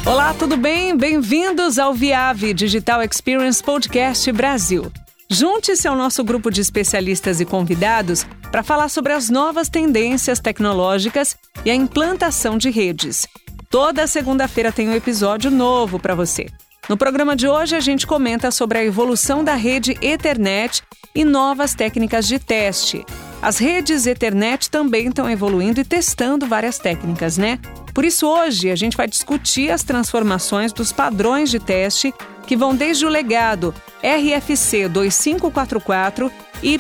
Olá, tudo bem? Bem-vindos ao Viave Digital Experience Podcast Brasil. Junte-se ao nosso grupo de especialistas e convidados para falar sobre as novas tendências tecnológicas e a implantação de redes. Toda segunda-feira tem um episódio novo para você. No programa de hoje, a gente comenta sobre a evolução da rede Ethernet e novas técnicas de teste. As redes Ethernet também estão evoluindo e testando várias técnicas, né? Por isso, hoje, a gente vai discutir as transformações dos padrões de teste que vão desde o legado RFC 2544 e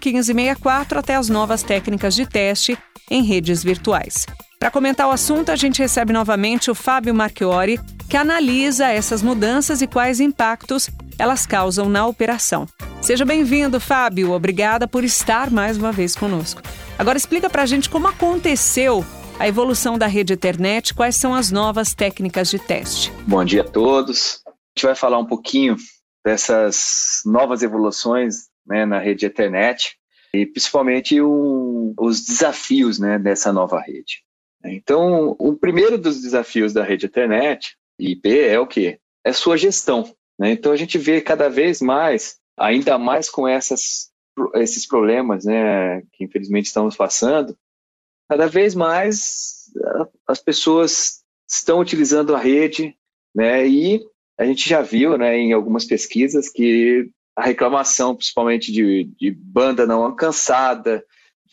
Y1564 até as novas técnicas de teste em redes virtuais. Para comentar o assunto, a gente recebe novamente o Fábio Marchiori, que analisa essas mudanças e quais impactos elas causam na operação. Seja bem-vindo, Fábio. Obrigada por estar mais uma vez conosco. Agora explica para a gente como aconteceu a evolução da rede Ethernet, quais são as novas técnicas de teste. Bom dia a todos. A gente vai falar um pouquinho dessas novas evoluções, né, na rede Ethernet e principalmente os desafios, né, dessa nova rede. Então, o primeiro dos desafios da rede Ethernet, IP, é o quê? É sua gestão, né? Então, a gente vê cada vez mais, ainda mais com esses problemas, né, que infelizmente estamos passando, cada vez mais as pessoas estão utilizando a rede, né, e a gente já viu, né, em algumas pesquisas que a reclamação, principalmente de banda não alcançada,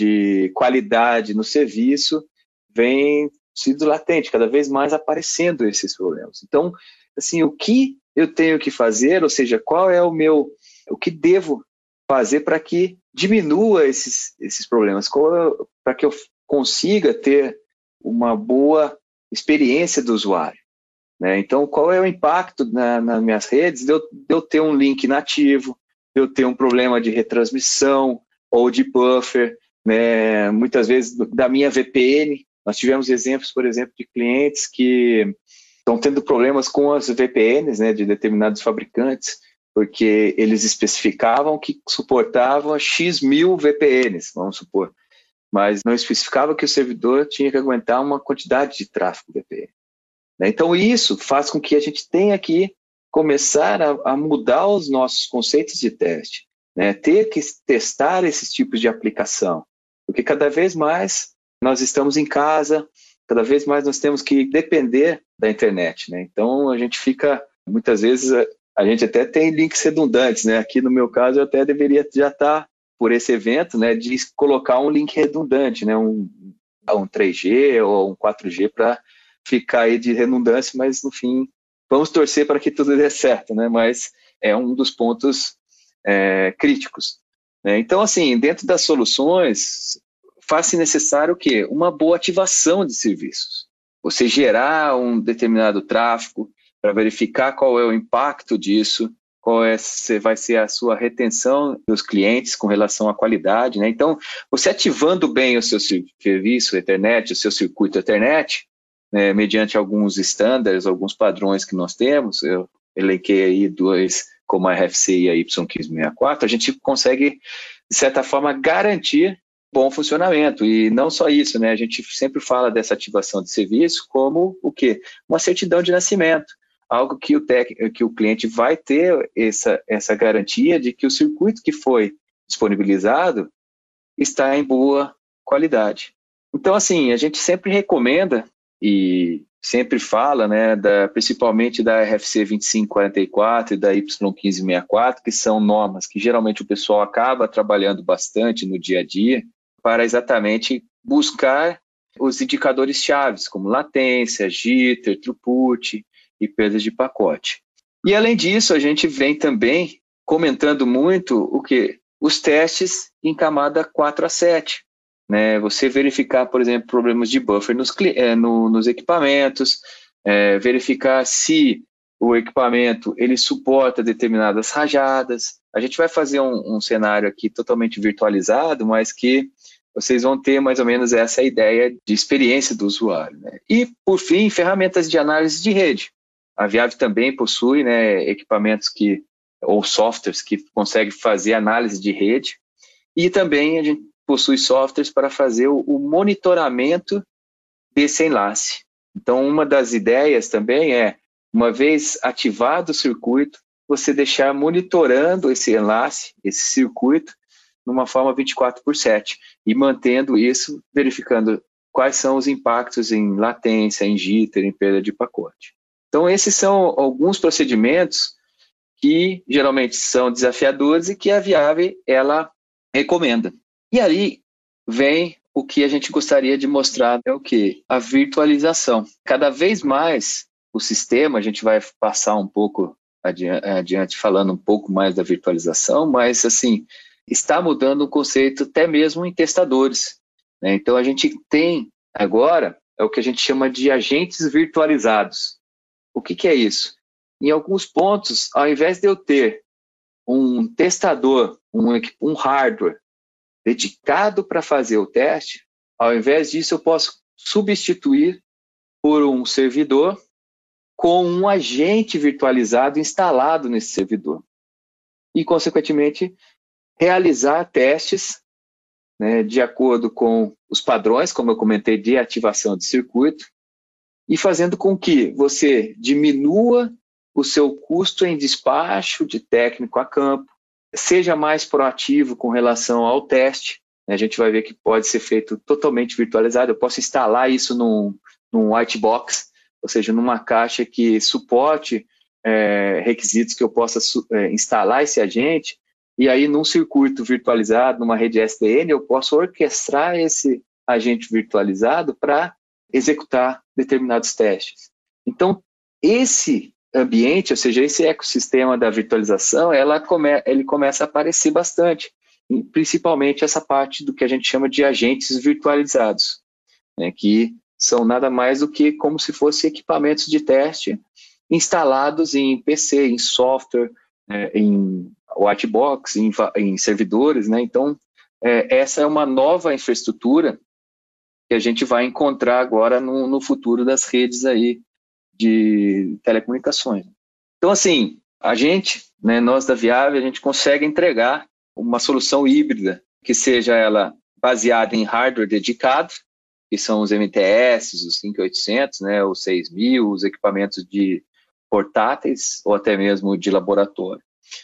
de qualidade no serviço, vem sido latente, cada vez mais aparecendo esses problemas. Então, assim, o que eu tenho que fazer, ou seja, qual é o que devo fazer para que diminua esses problemas, para que eu consiga ter uma boa experiência do usuário, né? Então, qual é o impacto nas minhas redes de eu ter um link inativo, de eu ter um problema de retransmissão ou de buffer, né? Muitas vezes da minha VPN. Nós tivemos exemplos, por exemplo, de clientes que estão tendo problemas com as VPNs, né, de determinados fabricantes, porque eles especificavam que suportavam X mil VPNs, vamos supor, mas não especificava que o servidor tinha que aguentar uma quantidade de tráfego VPN. Então, isso faz com que a gente tenha que começar a mudar os nossos conceitos de teste, né, ter que testar esses tipos de aplicação, porque cada vez mais nós estamos em casa, cada vez mais nós temos que depender da internet, né? Então, a gente fica, muitas vezes, a gente até tem links redundantes, né? Aqui no meu caso, eu até deveria já estar, por esse evento, né, de colocar um link redundante, né? Um 3G ou um 4G para ficar aí de redundância, mas, no fim, vamos torcer para que tudo dê certo, né? Mas é um dos pontos críticos, né? Então, assim, dentro das soluções, faz-se necessário o quê? Uma boa ativação de serviços. Você gerar um determinado tráfego para verificar qual é o impacto disso, vai ser a sua retenção dos clientes com relação à qualidade, né? Então, você ativando bem o seu serviço Ethernet, o seu circuito Ethernet, né, mediante alguns estándares, alguns padrões que nós temos, eu elenquei aí dois, como a RFC e a Y1564, a gente consegue, de certa forma, garantir bom funcionamento. E não só isso, né? A gente sempre fala dessa ativação de serviço como o quê? Uma certidão de nascimento. Algo que o cliente vai ter essa garantia de que o circuito que foi disponibilizado está em boa qualidade. Então, assim, a gente sempre recomenda e sempre fala, né, principalmente da RFC 2544 e da Y1564, que são normas que geralmente o pessoal acaba trabalhando bastante no dia a dia, para exatamente buscar os indicadores chaves, como latência, jitter, throughput e perdas de pacote. E, além disso, a gente vem também comentando muito o quê? Os testes em camada 4 a 7. Né? Você verificar, por exemplo, problemas de buffer nos equipamentos, verificar se o equipamento ele suporta determinadas rajadas. A gente vai fazer um cenário aqui totalmente virtualizado, mas que vocês vão ter mais ou menos essa ideia de experiência do usuário, né? E, por fim, ferramentas de análise de rede. A Viave também possui, né, equipamentos ou softwares que conseguem fazer análise de rede, e também a gente possui softwares para fazer o monitoramento desse enlace. Então, uma das ideias também é uma vez ativado o circuito, você deixar monitorando esse enlace, esse circuito, numa forma 24/7 e mantendo isso, verificando quais são os impactos em latência, em jitter, em perda de pacote. Então, esses são alguns procedimentos que geralmente são desafiadores e que a Viave ela recomenda. E aí vem o que a gente gostaria de mostrar, é o quê? A virtualização. Cada vez mais o sistema, a gente vai passar um pouco adiante falando um pouco mais da virtualização, mas assim, está mudando o conceito até mesmo em testadores, né? Então a gente tem agora é o que a gente chama de agentes virtualizados. O que é isso? Em alguns pontos, ao invés de eu ter um testador, um hardware dedicado para fazer o teste, ao invés disso eu posso substituir por um servidor com um agente virtualizado instalado nesse servidor. E, consequentemente, realizar testes, né, de acordo com os padrões, como eu comentei, de ativação de circuito, e fazendo com que você diminua o seu custo em despacho de técnico a campo, seja mais proativo com relação ao teste. A gente vai ver que pode ser feito totalmente virtualizado. Eu posso instalar isso num white box, ou seja, numa caixa que suporte requisitos que eu possa instalar esse agente, e aí num circuito virtualizado, numa rede SDN, eu posso orquestrar esse agente virtualizado para executar determinados testes. Então, esse ambiente, ou seja, esse ecossistema da virtualização, ele começa a aparecer bastante, principalmente essa parte do que a gente chama de agentes virtualizados, né, que são nada mais do que como se fossem equipamentos de teste instalados em PC, em software, em whitebox, em servidores, né? Então, essa é uma nova infraestrutura que a gente vai encontrar agora no futuro das redes aí de telecomunicações. Então, assim, a gente, né, nós da Viave, a gente consegue entregar uma solução híbrida, que seja ela baseada em hardware dedicado, que são os MTS, os 5800, né, os 6000, os equipamentos de portáteis ou até mesmo de laboratório.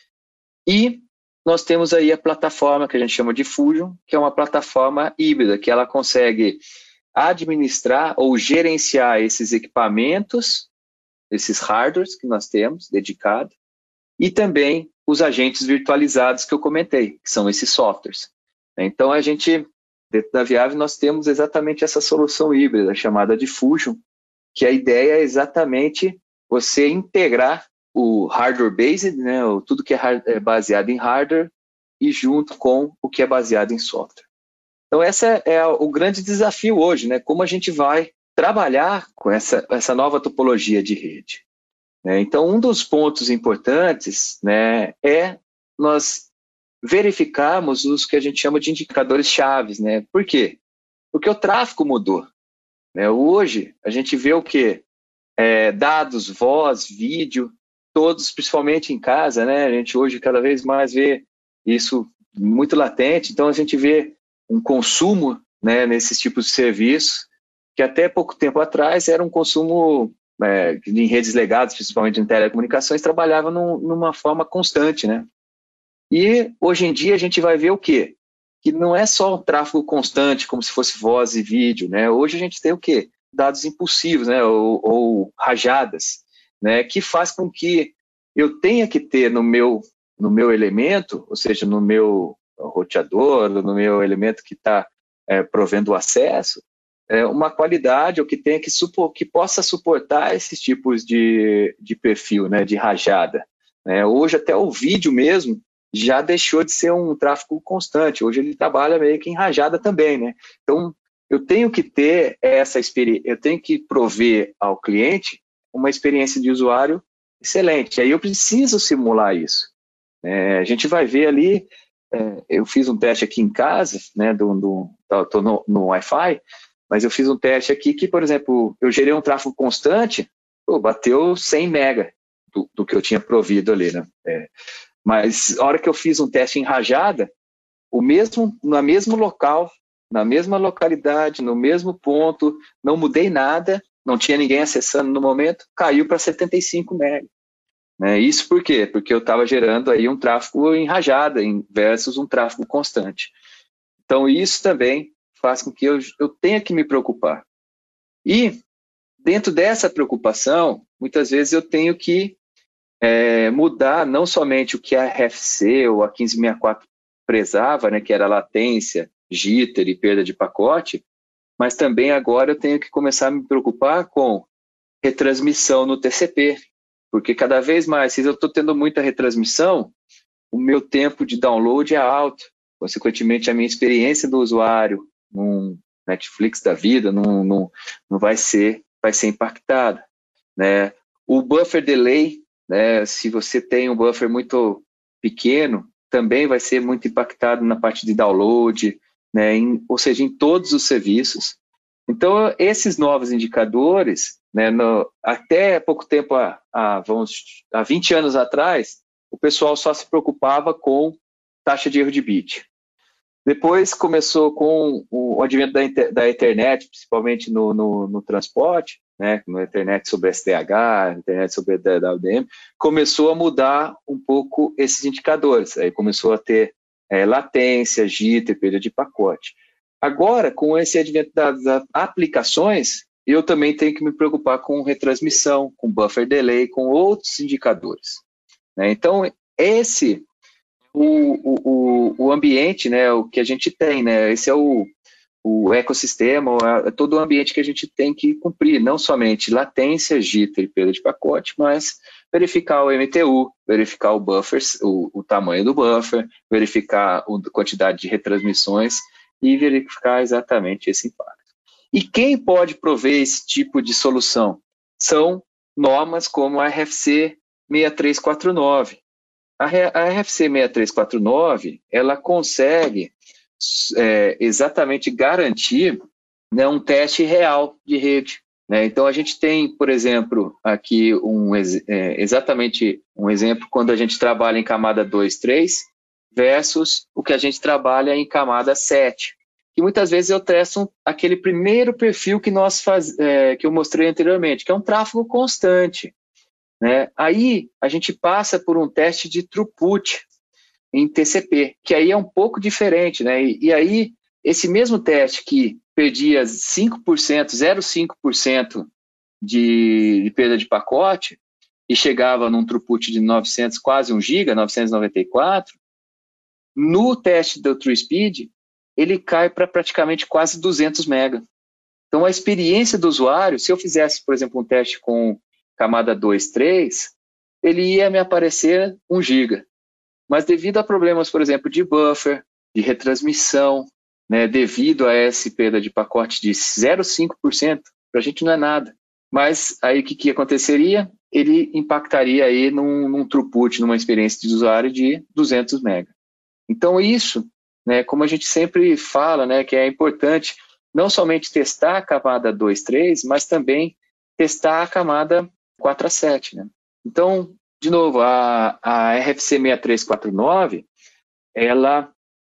E nós temos aí a plataforma que a gente chama de Fusion, que é uma plataforma híbrida, que ela consegue administrar ou gerenciar esses equipamentos, esses hardwares que nós temos dedicado, e também os agentes virtualizados que eu comentei, que são esses softwares. Então, a gente, dentro da Viave, nós temos exatamente essa solução híbrida, chamada de Fusion, que a ideia é exatamente você integrar o hardware-based, né, tudo que é baseado em hardware, e junto com o que é baseado em software. Então, esse é o grande desafio hoje, né, como a gente vai trabalhar com essa nova topologia de rede. Então, um dos pontos importantes, né, é nós verificarmos os que a gente chama de indicadores chaves, né? Por quê? Porque o tráfego mudou, né? Hoje, a gente vê o quê? Dados, voz, vídeo, todos, principalmente em casa, né? A gente hoje cada vez mais vê isso muito latente, então a gente vê um consumo, né, nesses tipos de serviços, que até pouco tempo atrás era um consumo em redes legadas, principalmente em telecomunicações, trabalhava numa forma constante, né? E hoje em dia a gente vai ver o quê? Que não é só um tráfego constante, como se fosse voz e vídeo, né? Hoje a gente tem o quê? Dados impulsivos, né? Ou rajadas, né? Que faz com que eu tenha que ter no meu elemento, ou seja, no meu roteador, no meu elemento que está provendo o acesso, uma qualidade ou que tenha que possa suportar esses tipos de perfil, né, de rajada. Hoje até o vídeo mesmo já deixou de ser um tráfego constante. Hoje ele trabalha meio que em rajada também, né? Então eu tenho que ter essa experiência, eu tenho que prover ao cliente uma experiência de usuário excelente. Aí eu preciso simular isso. A gente vai ver ali. Eu fiz um teste aqui em casa, né? Estou no Wi-Fi. Mas eu fiz um teste aqui que, por exemplo, eu gerei um tráfego constante, bateu 100 mega do que eu tinha provido ali, né? Mas a hora que eu fiz um teste em rajada, no mesmo local, na mesma localidade, no mesmo ponto, não mudei nada, não tinha ninguém acessando no momento, caiu para 75 MB. Né? Isso por quê? Porque eu estava gerando aí um tráfego em rajada versus um tráfego constante. Então, isso também faz com que eu tenha que me preocupar. E, dentro dessa preocupação, muitas vezes eu tenho que mudar não somente o que a RFC ou a 1564 prezava, né, que era latência, jitter e perda de pacote, mas também agora eu tenho que começar a me preocupar com retransmissão no TCP, porque cada vez mais, se eu estou tendo muita retransmissão, o meu tempo de download é alto, consequentemente a minha experiência do usuário num Netflix da vida não vai ser impactada, né? O buffer delay, né, se você tem um buffer muito pequeno, também vai ser muito impactado na parte de download, né, ou seja, em todos os serviços. Então, esses novos indicadores, né, até pouco tempo, há 20 anos atrás, o pessoal só se preocupava com taxa de erro de bit. Depois começou com o advento da Ethernet, principalmente no transporte, né, no Ethernet sobre SDH, Ethernet sobre DWDM, começou a mudar um pouco esses indicadores. Aí começou a ter latência, jitter, perda de pacote. Agora, com esse advento das aplicações, eu também tenho que me preocupar com retransmissão, com buffer delay, com outros indicadores. Né? Então, esse o ambiente, né, o que a gente tem, né, esse é o ecossistema, todo o ambiente que a gente tem que cumprir, não somente latência, jitter e perda de pacote, mas verificar o MTU, verificar o buffer, o tamanho do buffer, verificar a quantidade de retransmissões e verificar exatamente esse impacto. E quem pode prover esse tipo de solução? São normas como a RFC 6349. A RFC 6349, ela consegue exatamente garantir, né, um teste real de rede. Né? Então, a gente tem, por exemplo, aqui exatamente um exemplo quando a gente trabalha em camada 2, 3 versus o que a gente trabalha em camada 7. E muitas vezes eu testo aquele primeiro perfil que que eu mostrei anteriormente, que é um tráfego constante. Né? Aí a gente passa por um teste de throughput em TCP, que aí é um pouco diferente, né? E aí esse mesmo teste que perdia 5%, 0,5% de perda de pacote e chegava num throughput de 900, quase 1 GB, 994, no teste do TrueSpeed, ele cai para praticamente quase 200 MB. Então a experiência do usuário, se eu fizesse, por exemplo, um teste com camada 2, 3, ele ia me aparecer 1 GB. Mas devido a problemas, por exemplo, de buffer, de retransmissão, né, devido a essa perda de pacote de 0,5%, para a gente não é nada. Mas aí o que aconteceria? Ele impactaria aí num throughput, numa experiência de usuário de 200 MB. Então isso, né, como a gente sempre fala, né, que é importante não somente testar a camada 2, 3, mas também testar a camada 4 a 7. Né? Então, de novo, a RFC 6349, ela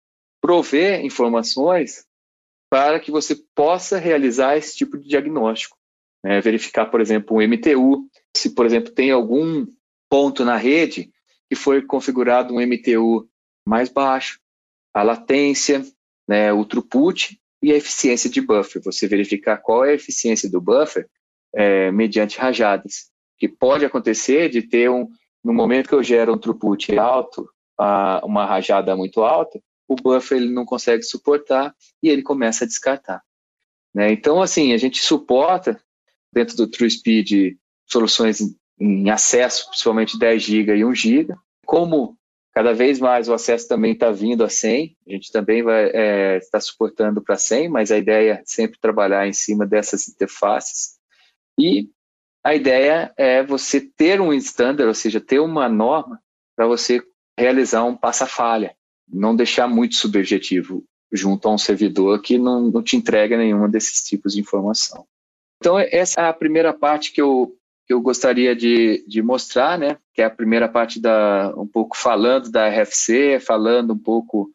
provê informações para que você possa realizar esse tipo de diagnóstico. Né? Verificar, por exemplo, um MTU, se, por exemplo, tem algum ponto na rede que foi configurado um MTU mais baixo, a latência, né, o throughput e a eficiência de buffer. Você verificar qual é a eficiência do buffer mediante rajadas, que pode acontecer de ter no momento que eu gero um throughput alto, uma rajada muito alta, o buffer ele não consegue suportar e ele começa a descartar. Né? Então, assim, a gente suporta, dentro do TrueSpeed, soluções em acesso, principalmente 10 GB e 1 GB. Como cada vez mais o acesso também está vindo a 100, a gente também vai estar suportando para 100, mas a ideia é sempre trabalhar em cima dessas interfaces. E a ideia é você ter um standard, ou seja, ter uma norma para você realizar um passa-falha, não deixar muito subjetivo junto a um servidor que não te entrega nenhuma desses tipos de informação. Então, essa é a primeira parte que eu gostaria de mostrar, né? Que é a primeira parte um pouco falando da RFC, falando um pouco,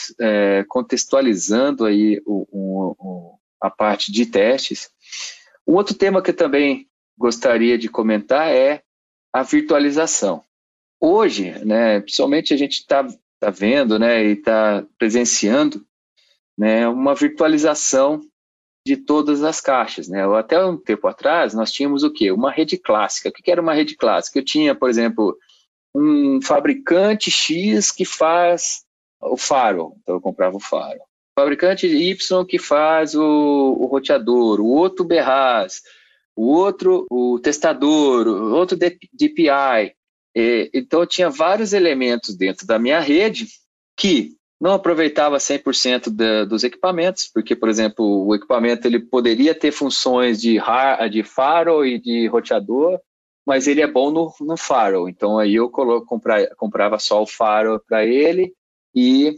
contextualizando aí a parte de testes. Um outro tema que eu também gostaria de comentar é a virtualização. Hoje, né, principalmente a gente está vendo, né, e está presenciando, né, uma virtualização de todas as caixas, né? Até um tempo atrás, nós tínhamos o quê? Uma rede clássica. O que era uma rede clássica? Eu tinha, por exemplo, um fabricante X que faz o faro, então eu comprava o faro. Fabricante Y que faz o roteador, o outro Berraz, o outro o testador, o outro DPI. Então eu tinha vários elementos dentro da minha rede que não aproveitava 100% dos equipamentos, porque, por exemplo, o equipamento ele poderia ter funções de firewall e de roteador, mas ele é bom no firewall. Então, aí eu comprava só o firewall para ele e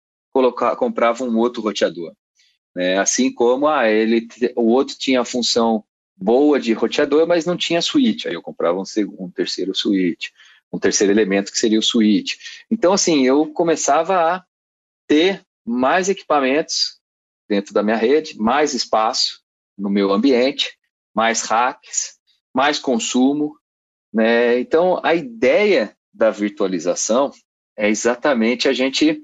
comprava um outro roteador. Né? Assim como o outro tinha a função boa de roteador, mas não tinha switch. Aí eu comprava um terceiro switch, um terceiro elemento que seria o switch. Então, assim, eu começava a ter mais equipamentos dentro da minha rede, mais espaço no meu ambiente, mais racks, mais consumo, né? Então, a ideia da virtualização é exatamente a gente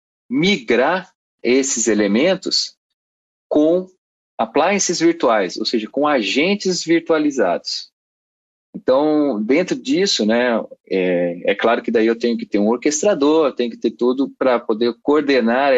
migrar esses elementos com appliances virtuais, ou seja, com agentes virtualizados. Então, dentro disso, né, é claro que daí eu tenho que ter um orquestrador, tenho que ter tudo para poder coordenar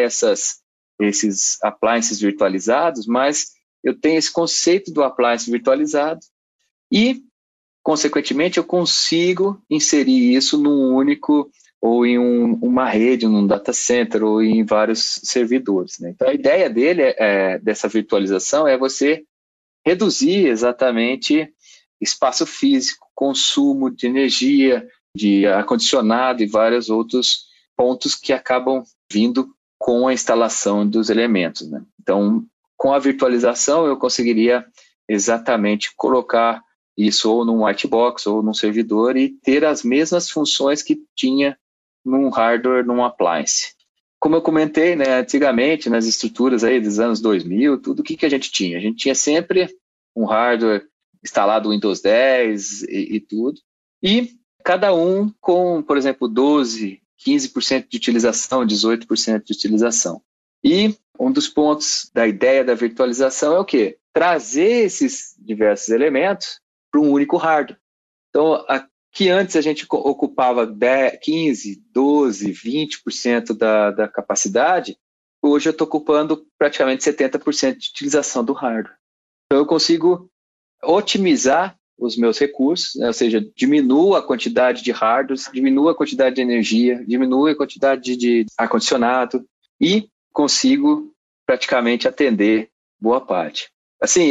esses appliances virtualizados, mas eu tenho esse conceito do appliance virtualizado e, consequentemente, eu consigo inserir isso num único, ou em uma rede, num data center, ou em vários servidores. Né? Então, a ideia dessa virtualização é você reduzir exatamente espaço físico, consumo de energia, de ar-condicionado e vários outros pontos que acabam vindo com a instalação dos elementos. Né? Então, com a virtualização, eu conseguiria exatamente colocar isso ou num white box ou num servidor e ter as mesmas funções que tinha num hardware, num appliance. Como eu comentei, né, antigamente, nas estruturas aí dos anos 2000, tudo o que a gente tinha? A gente tinha sempre um hardware instalado Windows 10 e tudo, e cada um com, por exemplo, 12%, 15% de utilização, 18% de utilização. E um dos pontos da ideia da virtualização é o quê? Trazer esses diversos elementos para um único hardware. Então, aqui antes a gente ocupava 15%, 12%, 20% da capacidade, hoje eu estou ocupando praticamente 70% de utilização do hardware. Então, eu consigo otimizar os meus recursos, né? Ou seja, diminuo a quantidade de hardware, diminuo a quantidade de energia, diminuo a quantidade de ar-condicionado e consigo praticamente atender boa parte. Assim,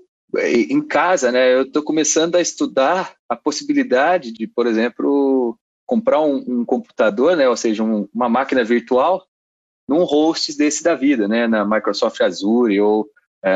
em casa, né, eu estou começando a estudar a possibilidade de, por exemplo, comprar um computador, né, ou seja, uma máquina virtual num host desse da vida, né, na Microsoft Azure ou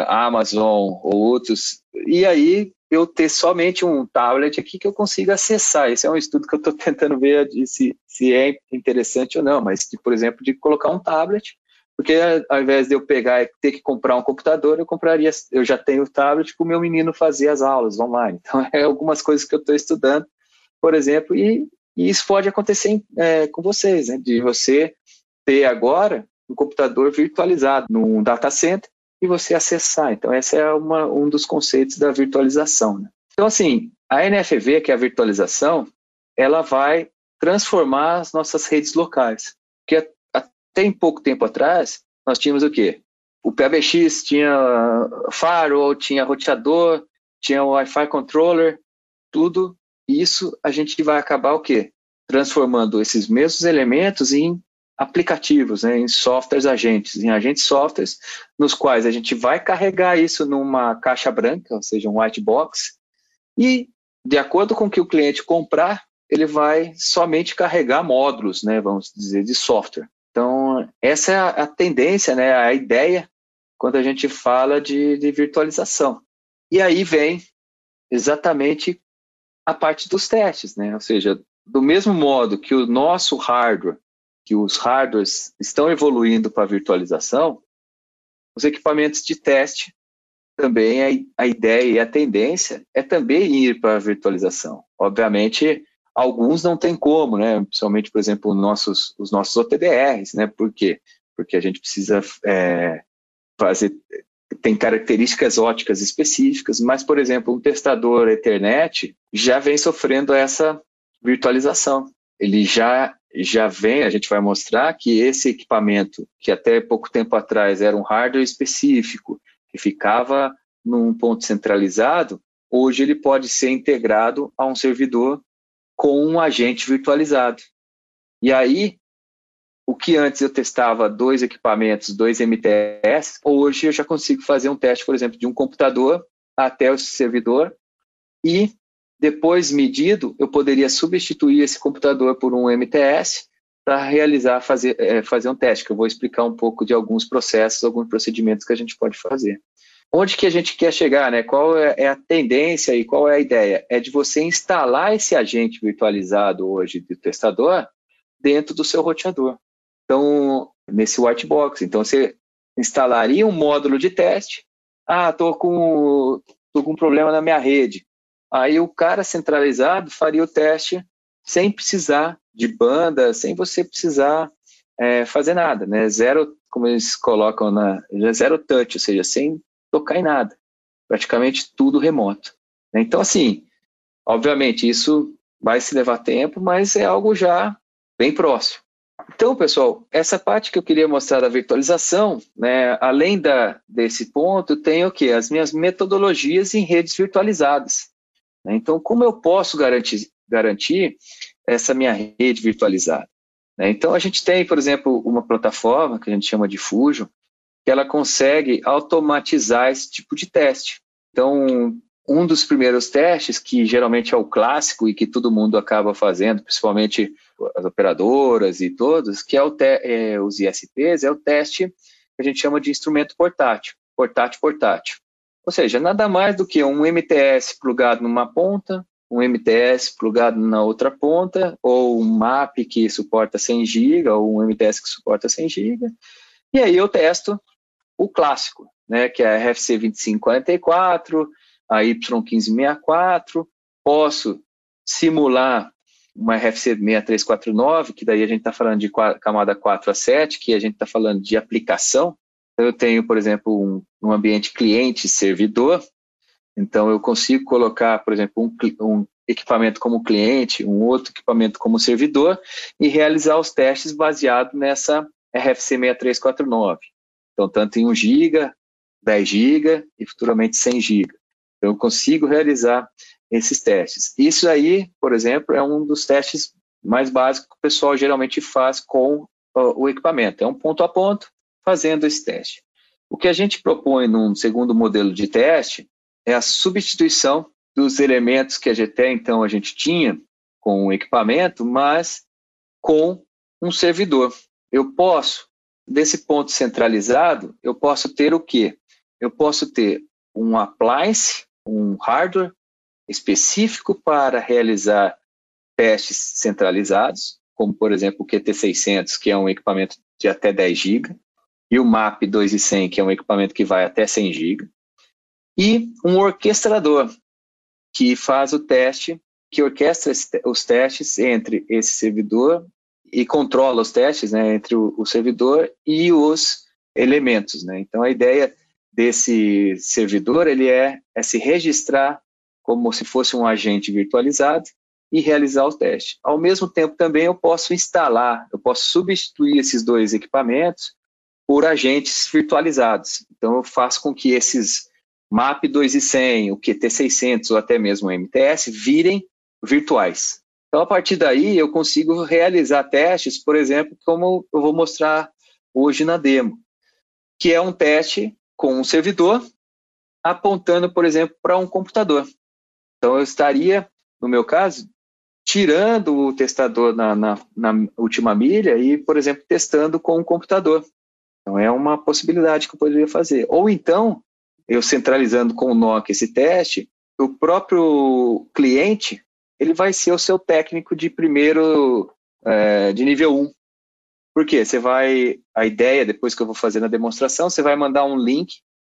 Amazon ou outros, e aí eu ter somente um tablet aqui que eu consiga acessar. Esse é um estudo que eu estou tentando ver se é interessante ou não, mas, por exemplo, de colocar um tablet, porque ao invés de eu pegar e ter que comprar um computador, eu já tenho o tablet para o meu menino fazer as aulas online. Então, é algumas coisas que eu estou estudando, por exemplo, e isso pode acontecer com vocês, né, de você ter agora um computador virtualizado num data center, e você acessar. Então, esse é um dos conceitos da virtualização. Né? Então, assim, a NFV, que é a virtualização, ela vai transformar as nossas redes locais. Porque até em pouco tempo atrás, nós tínhamos o quê? O PBX tinha firewall, tinha roteador, tinha o Wi-Fi controller, tudo isso a gente vai acabar o quê? Transformando esses mesmos elementos em aplicativos, né, em softwares agentes, em agentes softwares, nos quais a gente vai carregar isso numa caixa branca, ou seja, um white box, e de acordo com o que o cliente comprar, ele vai somente carregar módulos, né, vamos dizer, de software. Então, essa é a tendência, né, a ideia, quando a gente fala de virtualização. E aí vem exatamente a parte dos testes, né, ou seja, do mesmo modo que o nosso hardware, que os hardwares estão evoluindo para a virtualização, os equipamentos de teste também a ideia e a tendência é também ir para a virtualização. Obviamente, alguns não tem como, né? Principalmente, por exemplo, os nossos OTDRs, né? Por quê? Porque a gente precisa tem características óticas específicas, mas, por exemplo, um testador Ethernet já vem sofrendo essa virtualização. Ele já vem, a gente vai mostrar que esse equipamento, que até pouco tempo atrás era um hardware específico, que ficava num ponto centralizado, hoje ele pode ser integrado a um servidor com um agente virtualizado. E aí, o que antes eu testava 2 equipamentos, 2 MTS, hoje eu já consigo fazer um teste, por exemplo, de um computador até o servidor e, depois medido, eu poderia substituir esse computador por um MTS para fazer um teste, que eu vou explicar um pouco de alguns processos, alguns procedimentos que a gente pode fazer. Onde que a gente quer chegar, né? Qual é a tendência e qual é a ideia? É de você instalar esse agente virtualizado hoje do testador dentro do seu roteador. Então, nesse white box, então você instalaria um módulo de teste. Estou com um problema na minha rede. Aí o cara centralizado faria o teste sem precisar de banda, sem você precisar fazer nada, né? Zero, como eles colocam zero touch, ou seja, sem tocar em nada. Praticamente tudo remoto. Então, assim, obviamente isso vai se levar tempo, mas é algo já bem próximo. Então, pessoal, essa parte que eu queria mostrar da virtualização, né, além desse ponto, tem o quê? As minhas metodologias em redes virtualizadas. Então, como eu posso garantir essa minha rede virtualizada? Então, a gente tem, por exemplo, uma plataforma que a gente chama de Fusion, que ela consegue automatizar esse tipo de teste. Então, um dos primeiros testes, que geralmente é o clássico e que todo mundo acaba fazendo, principalmente as operadoras e todos, que é os ISPs, é o teste que a gente chama de instrumento portátil. Ou seja, nada mais do que um MTS plugado numa ponta, um MTS plugado na outra ponta, ou um MAP que suporta 100 GB, ou um MTS que suporta 100 GB. E aí eu testo o clássico, né, que é a RFC 2544, a Y1564, posso simular uma RFC 6349, que daí a gente está falando de camada 4 a 7, que a gente está falando de aplicação. Então, eu tenho, por exemplo, um ambiente cliente-servidor, então eu consigo colocar, por exemplo, um equipamento como cliente, um outro equipamento como servidor, e realizar os testes baseado nessa RFC 6349. Então, tanto em 1 GB, 10 GB e futuramente 100 GB. Então, eu consigo realizar esses testes. Isso aí, por exemplo, é um dos testes mais básicos que o pessoal geralmente faz com o equipamento. É um ponto a ponto fazendo esse teste. O que a gente propõe num segundo modelo de teste é a substituição dos elementos que até então a gente tinha com o equipamento, mas com um servidor. Eu posso, desse ponto centralizado, eu posso ter o quê? Eu posso ter um appliance, um hardware específico para realizar testes centralizados, como, por exemplo, o QT600, que é um equipamento de até 10 GB, e o MAP 2100, que é um equipamento que vai até 100 GB, e um orquestrador, que faz o teste, que orquestra os testes entre esse servidor e controla os testes, né, entre o servidor e os elementos, né? Então, a ideia desse servidor ele é se registrar como se fosse um agente virtualizado e realizar o teste. Ao mesmo tempo, também eu posso substituir esses dois equipamentos por agentes virtualizados. Então, eu faço com que esses MAP 2100, o QT600 ou até mesmo o MTS virem virtuais. Então, a partir daí, eu consigo realizar testes, por exemplo, como eu vou mostrar hoje na demo, que é um teste com um servidor apontando, por exemplo, para um computador. Então, eu estaria, no meu caso, tirando o testador na última milha e, por exemplo, testando com um computador. Então, é uma possibilidade que eu poderia fazer. Ou então, eu centralizando com o NOC esse teste, o próprio cliente ele vai ser o seu técnico de primeiro, de nível 1. Por quê? A ideia, depois que eu vou fazer na demonstração, você vai mandar um link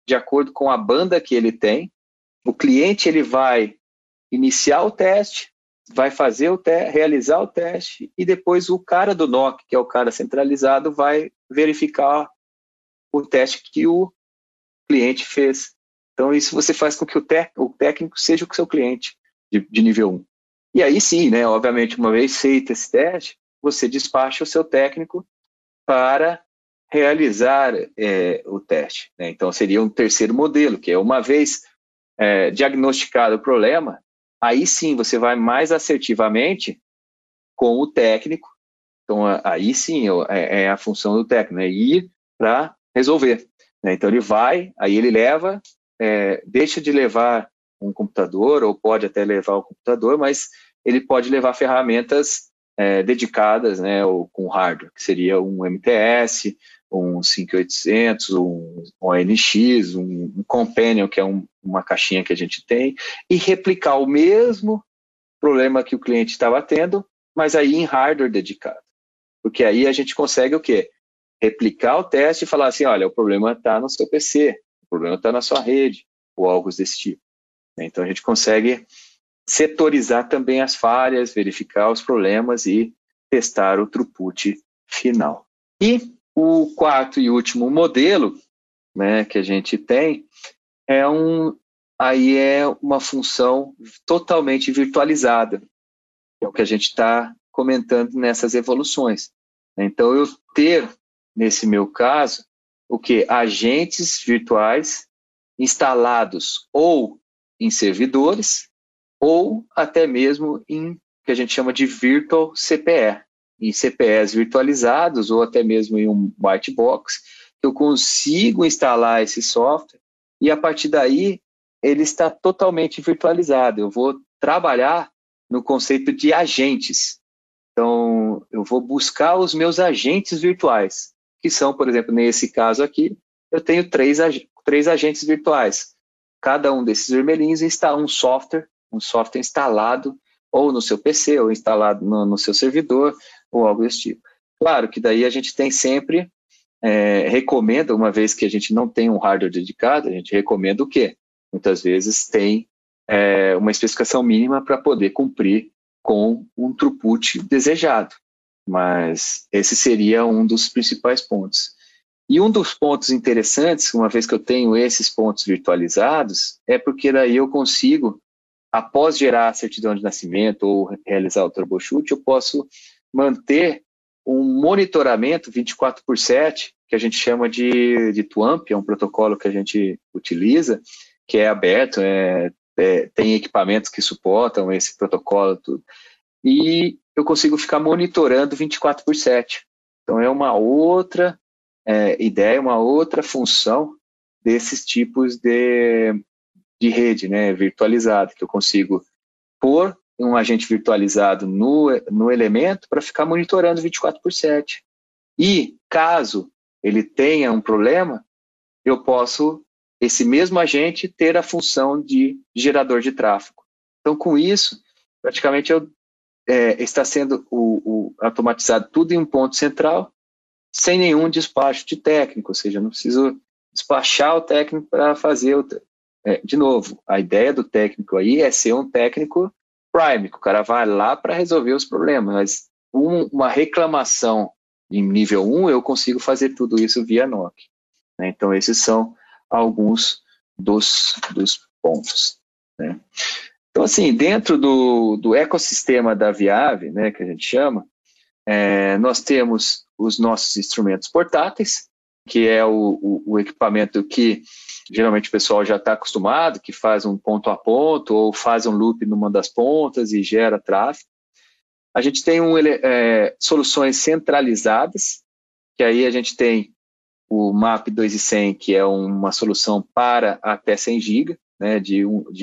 de acordo com a banda que ele tem. O cliente ele vai iniciar o teste, vai fazer realizar o teste, e depois o cara do NOC, que é o cara centralizado, vai verificar o teste que o cliente fez. Então, isso você faz com que o técnico seja o seu cliente de nível 1. E aí sim, né, obviamente, uma vez feito esse teste, você despacha o seu técnico para realizar o teste, né? Então, seria um terceiro modelo, que é uma vez diagnosticado o problema, aí sim você vai mais assertivamente com o técnico. Então, aí sim é a função do técnico, né? Ir para resolver, né? Então, ele vai, aí ele leva, deixa de levar um computador, ou pode até levar o computador, mas ele pode levar ferramentas dedicadas, né, ou com hardware, que seria um MTS, um 5800, um ONX, um Companion, que é uma caixinha que a gente tem, e replicar o mesmo problema que o cliente estava tendo, mas aí em hardware dedicado. Porque aí a gente consegue o quê? Replicar o teste e falar assim, olha, o problema está no seu PC, o problema está na sua rede, ou algo desse tipo. Então a gente consegue setorizar também as falhas, verificar os problemas e testar o throughput final. E o quarto e último modelo, né, que a gente tem é uma função totalmente virtualizada, que é o que a gente está comentando nessas evoluções. Então, eu ter, nesse meu caso, o que? Agentes virtuais instalados ou em servidores, ou até mesmo em que a gente chama de Virtual CPE, em CPEs virtualizados, ou até mesmo em um white box, eu consigo instalar esse software e a partir daí ele está totalmente virtualizado. Eu vou trabalhar no conceito de agentes. Então, eu vou buscar os meus agentes virtuais, que são, por exemplo, nesse caso aqui, eu tenho três agentes virtuais. Cada um desses vermelhinhos está um software instalado ou no seu PC, ou instalado no seu servidor, ou algo desse tipo. Claro que daí a gente tem sempre, recomenda, uma vez que a gente não tem um hardware dedicado, a gente recomenda o quê? Muitas vezes tem uma especificação mínima para poder cumprir com um throughput desejado. Mas esse seria um dos principais pontos. E um dos pontos interessantes, uma vez que eu tenho esses pontos virtualizados, é porque daí eu consigo, após gerar a certidão de nascimento ou realizar o troubleshoot, eu posso manter um monitoramento 24/7, que a gente chama de TWAMP, é um protocolo que a gente utiliza, que é aberto, tem equipamentos que suportam esse protocolo, tudo. E eu consigo ficar monitorando 24/7. Então, é uma outra ideia, uma outra função desses tipos de rede, né, virtualizada, que eu consigo pôr um agente virtualizado no elemento para ficar monitorando 24/7. E, caso ele tenha um problema, eu posso, esse mesmo agente, ter a função de gerador de tráfego. Então, com isso, praticamente está sendo automatizado tudo em um ponto central, sem nenhum despacho de técnico, ou seja, não preciso despachar o técnico para fazer de novo, a ideia do técnico aí é ser um técnico prime, que o cara vai lá para resolver os problemas, mas uma reclamação em nível 1, eu consigo fazer tudo isso via NOC. Né? Então, esses são alguns dos pontos. Né? Então, assim, dentro do ecossistema da Viave, né, que a gente chama, nós temos os nossos instrumentos portáteis, que é o equipamento que geralmente o pessoal já está acostumado, que faz um ponto a ponto ou faz um loop numa das pontas e gera tráfego. A gente tem soluções centralizadas, que aí a gente tem o MAP 2100, que é uma solução para até 100 GB, né, de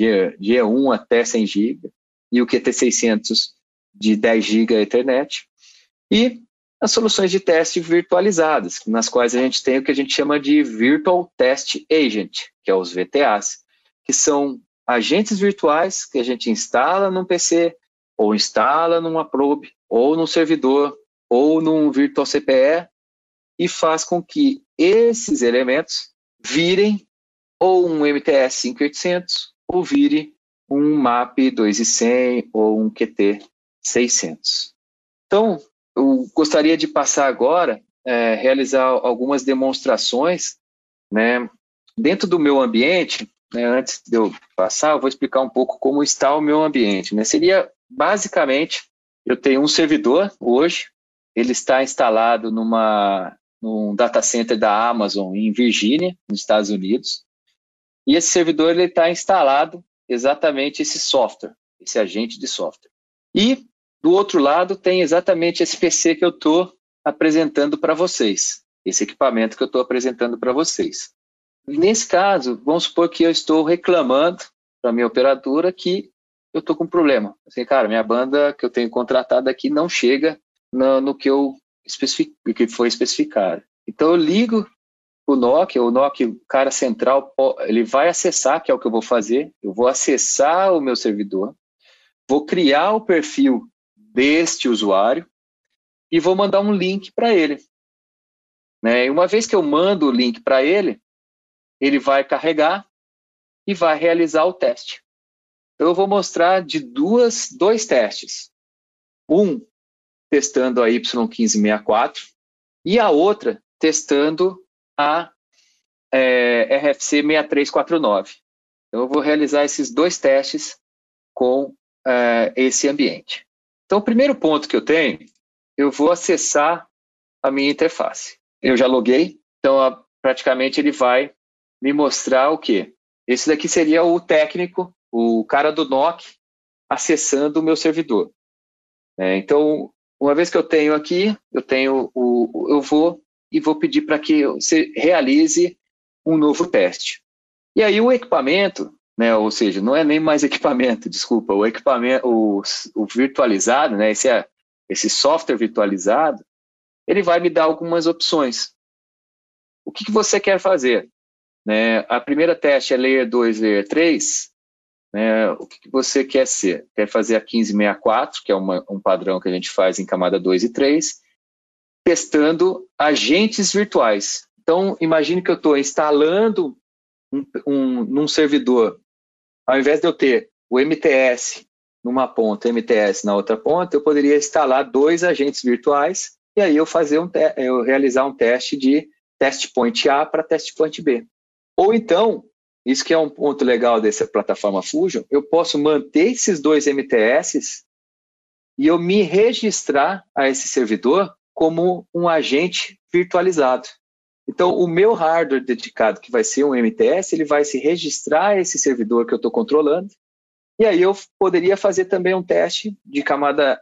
E1 até 100 GB, e o QT600 de 10 GB Ethernet. E as soluções de teste virtualizadas, nas quais a gente tem o que a gente chama de Virtual Test Agent, que é os VTAs, que são agentes virtuais que a gente instala num PC, ou instala numa probe, ou num servidor, ou num Virtual CPE, e faz com que esses elementos virem ou um MTS 5800 ou vire um MAP 2100 ou um QT 600. Então, eu gostaria de passar agora, realizar algumas demonstrações, né, dentro do meu ambiente. Né, antes de eu passar, eu vou explicar um pouco como está o meu ambiente. Né? Seria, basicamente, eu tenho um servidor hoje, ele está instalado num data center da Amazon em Virgínia, nos Estados Unidos, e esse servidor ele está instalado exatamente esse software, esse agente de software. E do outro lado tem exatamente esse PC que eu estou apresentando para vocês, esse equipamento que eu estou apresentando para vocês. Nesse caso, vamos supor que eu estou reclamando para a minha operadora que eu estou com um problema. Assim, cara, minha banda que eu tenho contratada aqui não chega no que que foi especificado. Então eu ligo o NOC, o cara central, ele vai acessar, que é o que eu vou fazer. Eu vou acessar o meu servidor, vou criar o perfil deste usuário e vou mandar um link para ele. Né? E uma vez que eu mando o link para ele, ele vai carregar e vai realizar o teste. Então, eu vou mostrar de dois testes. Um, testando a Y1564 e a outra, testando a RFC 6349. Então, eu vou realizar esses dois testes com esse ambiente. Então, o primeiro ponto que eu tenho, eu vou acessar a minha interface. Eu já loguei, então praticamente ele vai me mostrar o quê? Esse daqui seria o técnico, o cara do NOC, acessando o meu servidor. Então, uma vez que eu tenho aqui, eu vou pedir para que você realize um novo teste. E aí o equipamento, né, ou seja, não é nem mais equipamento, desculpa, o equipamento, o virtualizado, né, esse software virtualizado, ele vai me dar algumas opções. O que você quer fazer? Né, a primeira teste é Layer 2, Layer 3. Né, o que você quer ser? Quer fazer a 1564, que é um padrão que a gente faz em camada 2 e 3, testando agentes virtuais. Então, imagine que eu estou instalando num servidor, ao invés de eu ter o MTS numa ponta, MTS na outra ponta, eu poderia instalar dois agentes virtuais e aí eu realizar um teste de test point A para test point B. Ou então, isso que é um ponto legal dessa plataforma Fusion, eu posso manter esses dois MTSs e eu me registrar a esse servidor como um agente virtualizado. Então, o meu hardware dedicado, que vai ser um MTS, ele vai se registrar a esse servidor que eu estou controlando, e aí eu poderia fazer também um teste de camada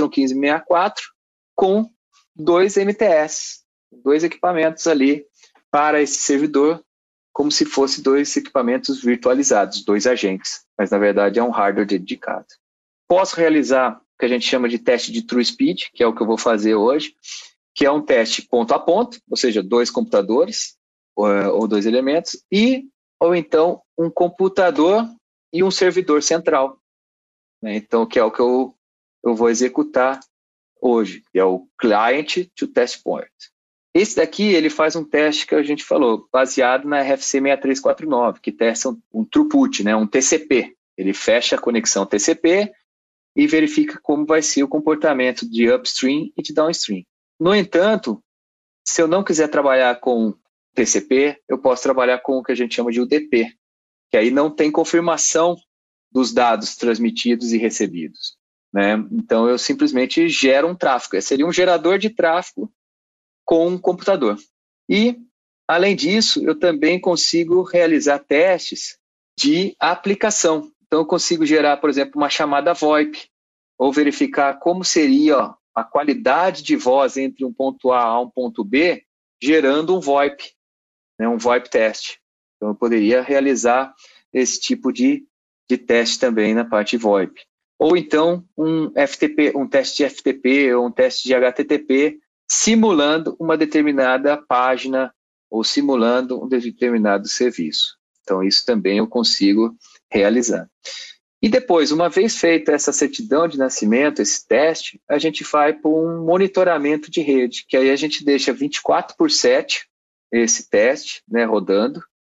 Y1564 com dois MTS, dois equipamentos ali para esse servidor, como se fosse dois equipamentos virtualizados, dois agentes, mas na verdade é um hardware dedicado. Posso realizar o que a gente chama de teste de True Speed, que é o que eu vou fazer hoje, que é um teste ponto a ponto, ou seja, dois computadores ou dois elementos, ou então um computador e um servidor central. Né? Então, que é o que eu vou executar hoje, que é o Client to Test Point. Esse daqui, ele faz um teste que a gente falou, baseado na RFC 6349, que testa um throughput, né? Um TCP. Ele fecha a conexão TCP e verifica como vai ser o comportamento de upstream e de downstream. No entanto, se eu não quiser trabalhar com TCP, eu posso trabalhar com o que a gente chama de UDP, que aí não tem confirmação dos dados transmitidos e recebidos. Né? Então, eu simplesmente gero um tráfego. Seria um gerador de tráfego com um computador. E, além disso, eu também consigo realizar testes de aplicação. Então, eu consigo gerar, por exemplo, uma chamada VoIP, ou verificar como seria a qualidade de voz entre um ponto A a um ponto B, gerando um VoIP, né, um VoIP teste. Então, eu poderia realizar esse tipo de teste também na parte VoIP. Ou então, um teste de FTP ou um teste de HTTP, simulando uma determinada página ou simulando um determinado serviço. Então, isso também eu consigo realizar. E depois, uma vez feita essa certidão de nascimento, esse teste, a gente vai para um monitoramento de rede, que aí a gente deixa 24/7 esse teste, né, rodando,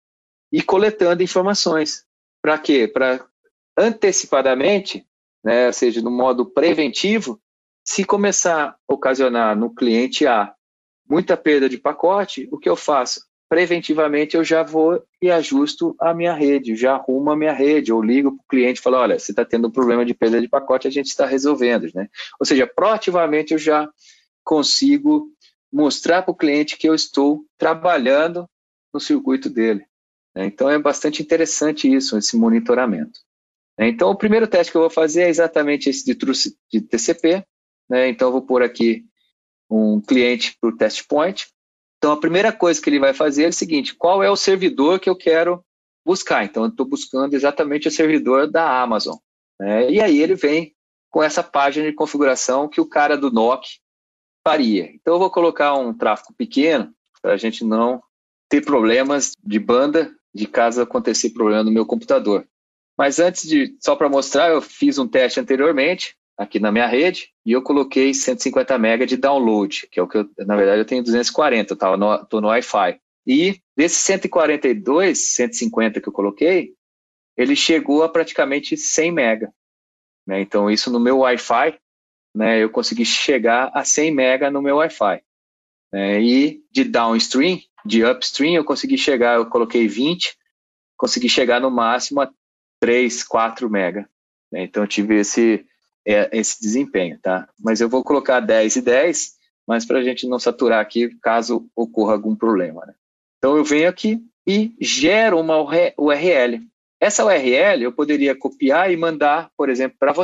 e coletando informações. Para quê? Para antecipadamente, né, ou seja, no modo preventivo, se começar a ocasionar no cliente A muita perda de pacote, o que eu faço? Preventivamente eu já vou e ajusto a minha rede, já arrumo a minha rede, ou ligo para o cliente e falo, olha, você está tendo um problema de perda de pacote, a gente está resolvendo, né? Ou seja, proativamente eu já consigo mostrar para o cliente que eu estou trabalhando no circuito dele. Né? Então é bastante interessante isso, esse monitoramento. Então o primeiro teste que eu vou fazer é exatamente esse de TCP, né? Então eu vou pôr aqui um cliente para o test point. Então, a primeira coisa que ele vai fazer é o seguinte, qual é o servidor que eu quero buscar? Então, eu estou buscando exatamente o servidor da Amazon. Né? E aí ele vem com essa página de configuração que o cara do NOC faria. Então, eu vou colocar um tráfego pequeno para a gente não ter problemas de banda de caso acontecer problema no meu computador. Mas só para mostrar, eu fiz um teste anteriormente, aqui na minha rede, e eu coloquei 150 MB de download, que é o que na verdade eu tenho 240, estou no Wi-Fi. E desses 142, 150 que eu coloquei, ele chegou a praticamente 100 MB. Né? Então isso no meu Wi-Fi, né, eu consegui chegar a 100 MB no meu Wi-Fi. E de downstream, de upstream, eu coloquei 20, consegui chegar no máximo a 3, 4 MB. Né? Então eu tive esse desempenho, tá? Mas eu vou colocar 10 e 10, mas para a gente não saturar aqui, caso ocorra algum problema, né? Então eu venho aqui e gero uma URL. Essa URL eu poderia copiar e mandar, por exemplo, para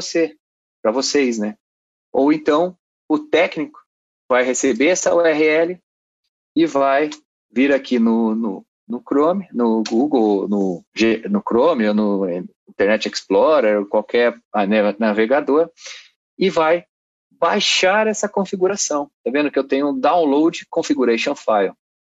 vocês, né? Ou então o técnico vai receber essa URL e vai vir aqui no Chrome, no Google, no Chrome, ou no Internet Explorer, ou qualquer navegador, e vai baixar essa configuração. Está vendo que eu tenho um Download Configuration File.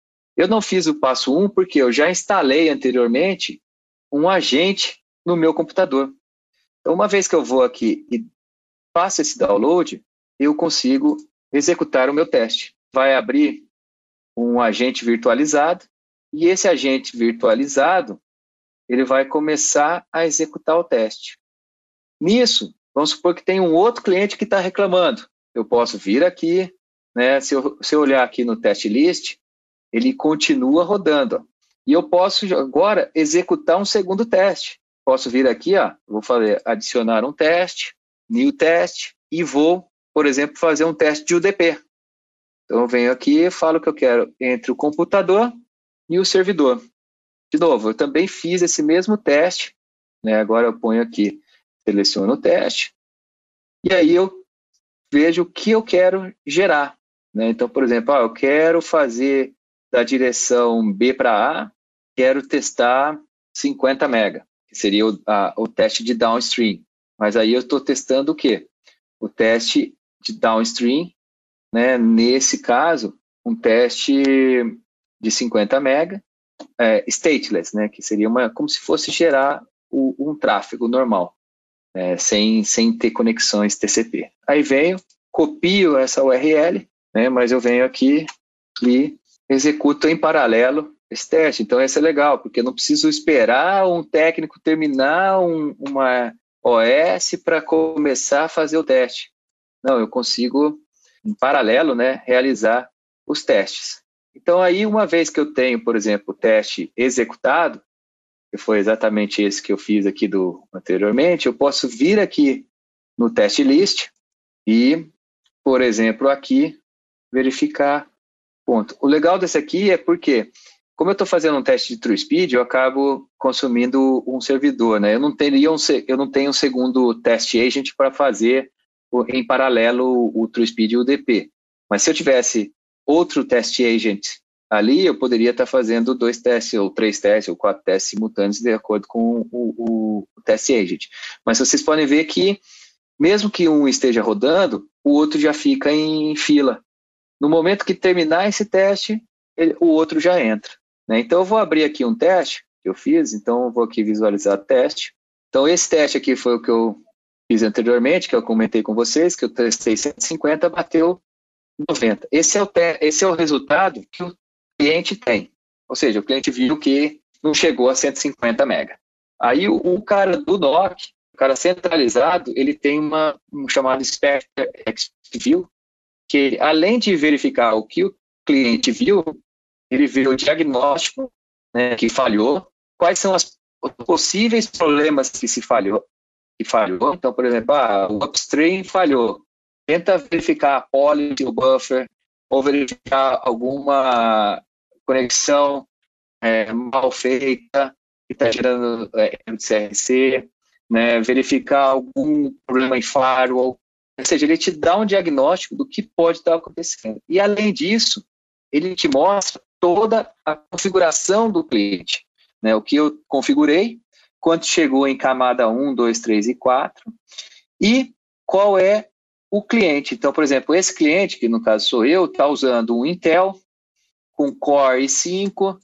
Eu não fiz o passo 1 porque eu já instalei anteriormente um agente no meu computador. Então, uma vez que eu vou aqui e faço esse download, eu consigo executar o meu teste. Vai abrir um agente virtualizado, e esse agente virtualizado, ele vai começar a executar o teste. Nisso, vamos supor que tem um outro cliente que está reclamando. Eu posso vir aqui, né? Se eu olhar aqui no test list, ele continua rodando. Ó. E eu posso agora executar um segundo teste. Posso vir aqui, ó, vou adicionar um teste, new test, e vou, por exemplo, fazer um teste de UDP. Então eu venho aqui e falo que eu quero entre o computador e o servidor. De novo, eu também fiz esse mesmo teste, né? Agora eu ponho aqui, seleciono o teste, e aí eu vejo o que eu quero gerar. Né? Então, por exemplo, eu quero fazer da direção B para A, quero testar 50 MB, que seria o teste de downstream. Mas aí eu estou testando o quê? O teste de downstream, né? Nesse caso, um teste de 50 MB, stateless, né? Que seria como se fosse gerar um tráfego normal, sem ter conexões TCP. Aí venho, copio essa URL, né? Mas eu venho aqui e executo em paralelo esse teste. Então, isso é legal, porque eu não preciso esperar um técnico terminar uma OS para começar a fazer o teste. Não, eu consigo, em paralelo, né, realizar os testes. Então, aí, uma vez que eu tenho, por exemplo, o teste executado, que foi exatamente esse que eu fiz aqui anteriormente, eu posso vir aqui no test list e, por exemplo, aqui, verificar ponto. O legal desse aqui é porque, como eu estou fazendo um teste de TrueSpeed, eu acabo consumindo um servidor, né? Eu não tenho um segundo test agent para fazer em paralelo o TrueSpeed e o UDP. Mas se eu tivesse outro test agent ali, eu poderia estar fazendo 2 testes, ou 3 testes, ou 4 testes simultâneos de acordo com o test agent. Mas vocês podem ver que, mesmo que um esteja rodando, o outro já fica em fila. No momento que terminar esse teste, o outro já entra. Né? Então, eu vou abrir aqui um teste que eu fiz, então eu vou aqui visualizar o teste. Então, esse teste aqui foi o que eu fiz anteriormente, que eu comentei com vocês, que eu testei 150, bateu 90. Esse é o resultado que o cliente tem. Ou seja, o cliente viu que não chegou a 150 mega. Aí o cara do NOC, o cara centralizado, ele tem um chamado Spectre X-View, que além de verificar o que o cliente viu, ele viu o diagnóstico, né, que falhou, quais são os possíveis problemas que falhou. Então, por exemplo, o upstream falhou. Tenta verificar a policy, o buffer, ou verificar alguma conexão mal feita, que está gerando erro de CRC, né, verificar algum problema em firewall. Ou seja, ele te dá um diagnóstico do que pode estar acontecendo. E, além disso, ele te mostra toda a configuração do cliente, né, o que eu configurei, quanto chegou em camada 1, 2, 3 e 4, e qual é o cliente. Então, por exemplo, esse cliente, que no caso sou eu, está usando um Intel com Core i5,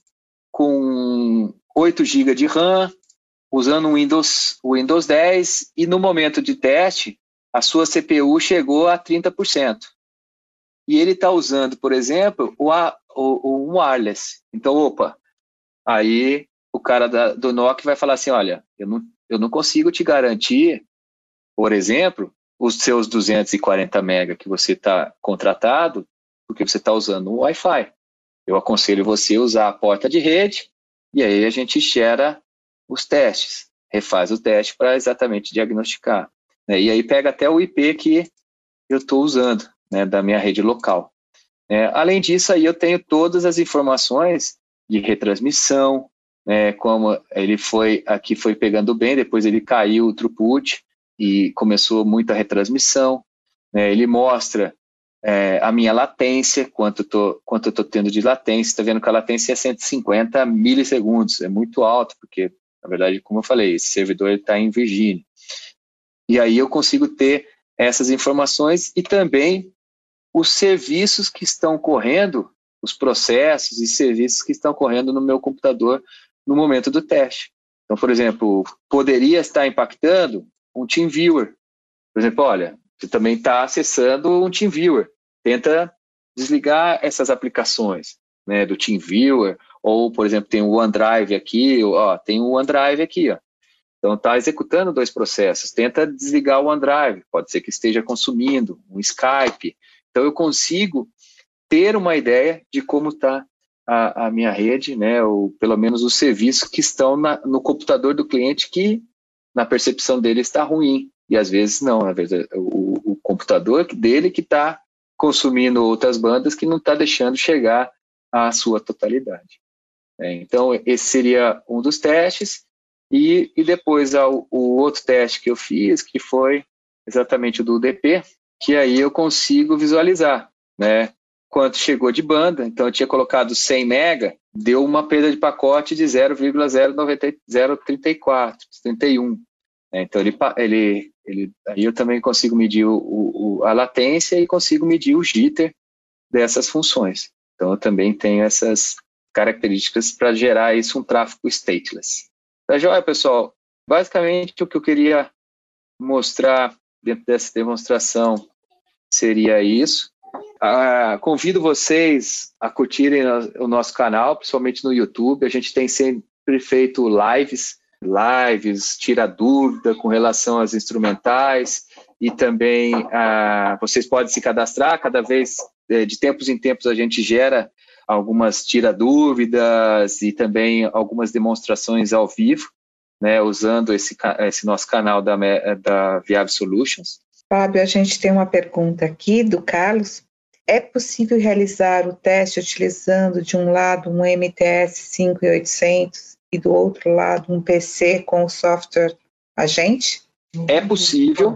com 8 GB de RAM, usando o Windows 10, e no momento de teste, a sua CPU chegou a 30%. E ele está usando, por exemplo, o wireless. Então, aí o cara do NOC vai falar assim, olha, eu não consigo te garantir, por exemplo, os seus 240 mega que você está contratado, porque você está usando um Wi-Fi. Eu aconselho você a usar a porta de rede, e aí a gente gera os testes, refaz o teste para exatamente diagnosticar. Né? E aí pega até o IP que eu estou usando, né, da minha rede local. Além disso, aí eu tenho todas as informações de retransmissão, como ele foi pegando bem, depois ele caiu o throughput e começou muita retransmissão. Ele mostra a minha latência, quanto eu estou tendo de latência. Está vendo que a latência é 150 milissegundos, é muito alto, porque, na verdade, como eu falei, esse servidor está em Virgínia. E aí eu consigo ter essas informações e também os serviços que estão correndo, os processos e serviços que estão correndo no meu computador no momento do teste. Então, por exemplo, poderia estar impactando um TeamViewer. Por exemplo, olha, você também está acessando um TeamViewer. Tenta desligar essas aplicações, né, do TeamViewer, ou, por exemplo, tem o OneDrive aqui, tem o OneDrive aqui, ó. Então, está executando 2 processos. Tenta desligar o OneDrive. Pode ser que esteja consumindo um Skype. Então, eu consigo ter uma ideia de como está a minha rede, né, ou pelo menos os serviços que estão no computador do cliente que, na percepção dele, está ruim. E, às vezes, não. Às vezes, o computador dele que está consumindo outras bandas que não está deixando chegar à sua totalidade. Então, esse seria um dos testes. E depois o outro teste que eu fiz, que foi exatamente o do UDP, que aí eu consigo visualizar, né, quanto chegou de banda. Então eu tinha colocado 100 mega, deu uma perda de pacote de 0,031. Então aí eu também consigo medir a latência e consigo medir o jitter dessas funções. Então eu também tenho essas características para gerar isso, um tráfego stateless. Tá joia, pessoal? Basicamente, o que eu queria mostrar dentro dessa demonstração seria isso. Convido vocês a curtirem o nosso canal, principalmente no YouTube. A gente tem sempre feito lives, tira dúvida com relação às instrumentais, e também vocês podem se cadastrar. Cada vez, de tempos em tempos, a gente gera algumas tira-dúvidas e também algumas demonstrações ao vivo, né, usando esse nosso canal da Viave Solutions. Fábio, a gente tem uma pergunta aqui do Carlos. É possível realizar o teste utilizando de um lado um MTS 5800 e do outro lado um PC com o software Agente? É possível,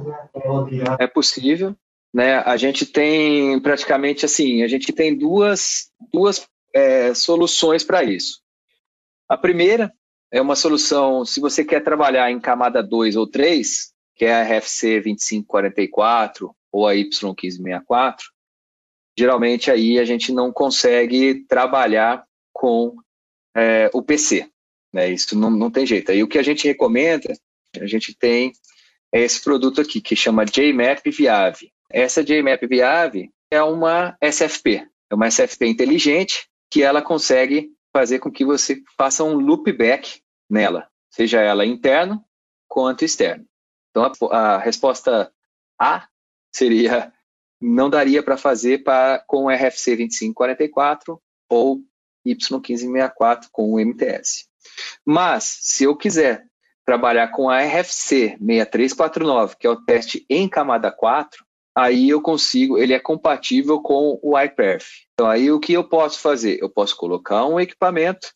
né? A gente tem praticamente assim, a gente tem duas soluções para isso. A primeira é uma solução, se você quer trabalhar em camada 2 ou 3, que é a RFC 2544 ou a Y1564, geralmente aí a gente não consegue trabalhar com o PC, né? Isso não tem jeito. Aí o que a gente recomenda, a gente tem esse produto aqui, que chama JMap Viave. Essa JMap Viave é uma SFP, é uma SFP inteligente, que ela consegue fazer com que você faça um loopback nela, seja ela interno quanto externo. Então, a resposta A seria, não daria para fazer com o RFC 2544 ou Y1564 com o MTS. Mas, se eu quiser trabalhar com a RFC 6349, que é o teste em camada 4, aí eu consigo, ele é compatível com o iPerf. Então, aí o que eu posso fazer? Eu posso colocar um equipamento,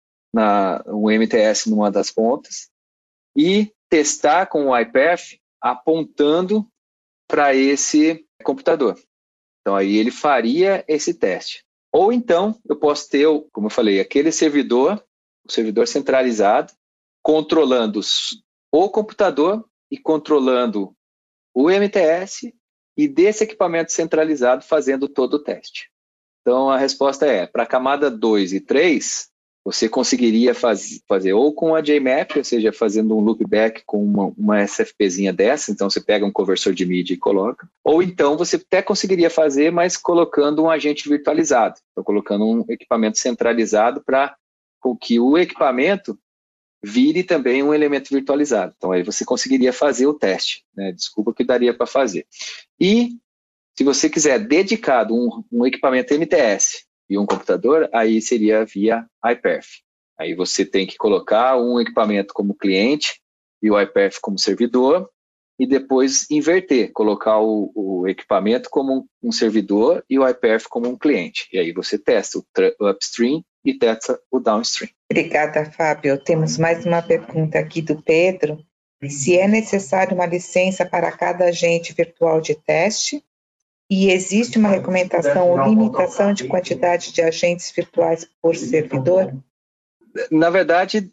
um MTS numa das pontas, e testar com o iPerf apontando para esse computador. Então, aí ele faria esse teste. Ou então, eu posso ter, como eu falei, aquele servidor, o servidor centralizado, controlando o computador e controlando o MTS, e desse equipamento centralizado fazendo todo o teste. Então, a resposta é, para a camada 2 e 3, você conseguiria fazer ou com a JMap, ou seja, fazendo um loopback com uma SFPzinha dessa, então você pega um conversor de mídia e coloca, ou então você até conseguiria fazer, mas colocando um agente virtualizado, então colocando um equipamento centralizado para que o equipamento vire também um elemento virtualizado. Então aí você conseguiria fazer o teste, né? Desculpa que daria para fazer. E se você quiser dedicado um equipamento MTS e um computador, aí seria via iPerf. Aí você tem que colocar um equipamento como cliente e o iPerf como servidor, e depois inverter, colocar o equipamento como um servidor e o iPerf como um cliente. E aí você testa o upstream e testa o downstream. Obrigada, Fábio. Temos mais uma pergunta aqui do Pedro. Se é necessário uma licença para cada agente virtual de teste? E existe uma recomendação ou limitação de quantidade de agentes virtuais por servidor? Na verdade,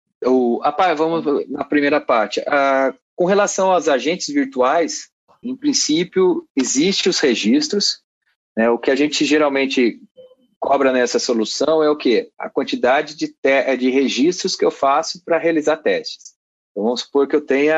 vamos na primeira parte. Com relação aos agentes virtuais, em princípio, existem os registros, né? O que a gente geralmente cobra nessa solução é o quê? A quantidade de registros que eu faço para realizar testes. Então, vamos supor que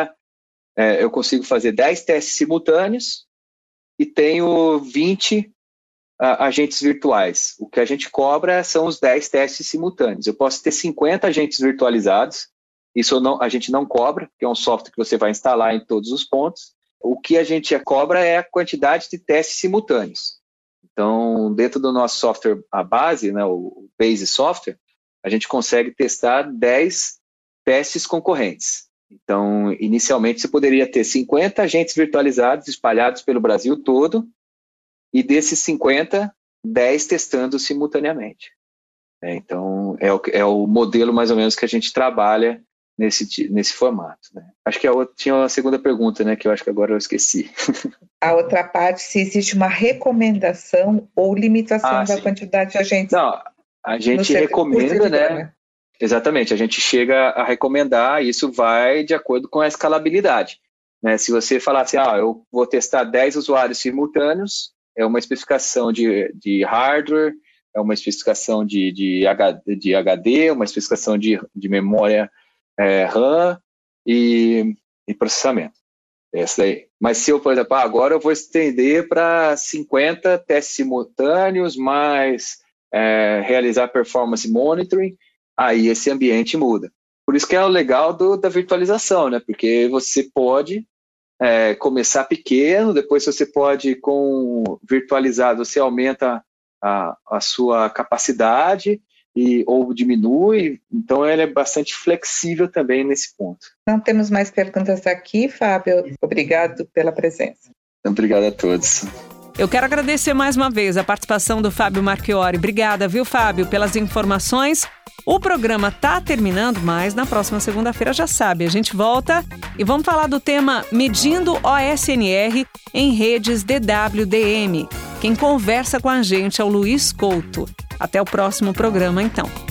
eu consigo fazer 10 testes simultâneos e tenho 20 agentes virtuais. O que a gente cobra são os 10 testes simultâneos. Eu posso ter 50 agentes virtualizados, isso a gente não cobra, porque é um software que você vai instalar em todos os pontos. O que a gente cobra é a quantidade de testes simultâneos. Então, dentro do nosso software, a base, né, o Base Software, a gente consegue testar 10 testes concorrentes. Então, inicialmente, você poderia ter 50 agentes virtualizados espalhados pelo Brasil todo, e desses 50, 10 testando simultaneamente. Então, é o modelo mais ou menos que a gente trabalha nesse formato, né? Acho que tinha uma segunda pergunta, né, que eu acho que agora eu esqueci. A outra parte, se existe uma recomendação ou limitação da quantidade de agentes. Não, a gente recomenda, né? Exatamente, a gente chega a recomendar, e isso vai de acordo com a escalabilidade, né? Se você falar assim, eu vou testar 10 usuários simultâneos, é uma especificação de hardware, é uma especificação de HD, uma especificação de memória RAM e processamento. Essa aí. Mas se eu, por exemplo, agora eu vou estender para 50 testes simultâneos, mais realizar performance monitoring, aí esse ambiente muda. Por isso que é o legal da virtualização, né? Porque você pode começar pequeno, depois você pode, com virtualizado, você aumenta a sua capacidade ou diminui, então ele é bastante flexível também nesse ponto. Não temos mais perguntas aqui, Fábio. Obrigado pela presença. Obrigado a todos. Eu quero agradecer mais uma vez a participação do Fábio Marchiori. Obrigada, viu, Fábio, pelas informações. O programa está terminando, mas na próxima segunda-feira já sabe, a gente volta e vamos falar do tema Medindo OSNR em redes DWDM. Quem conversa com a gente é o Luiz Couto. Até o próximo programa, então.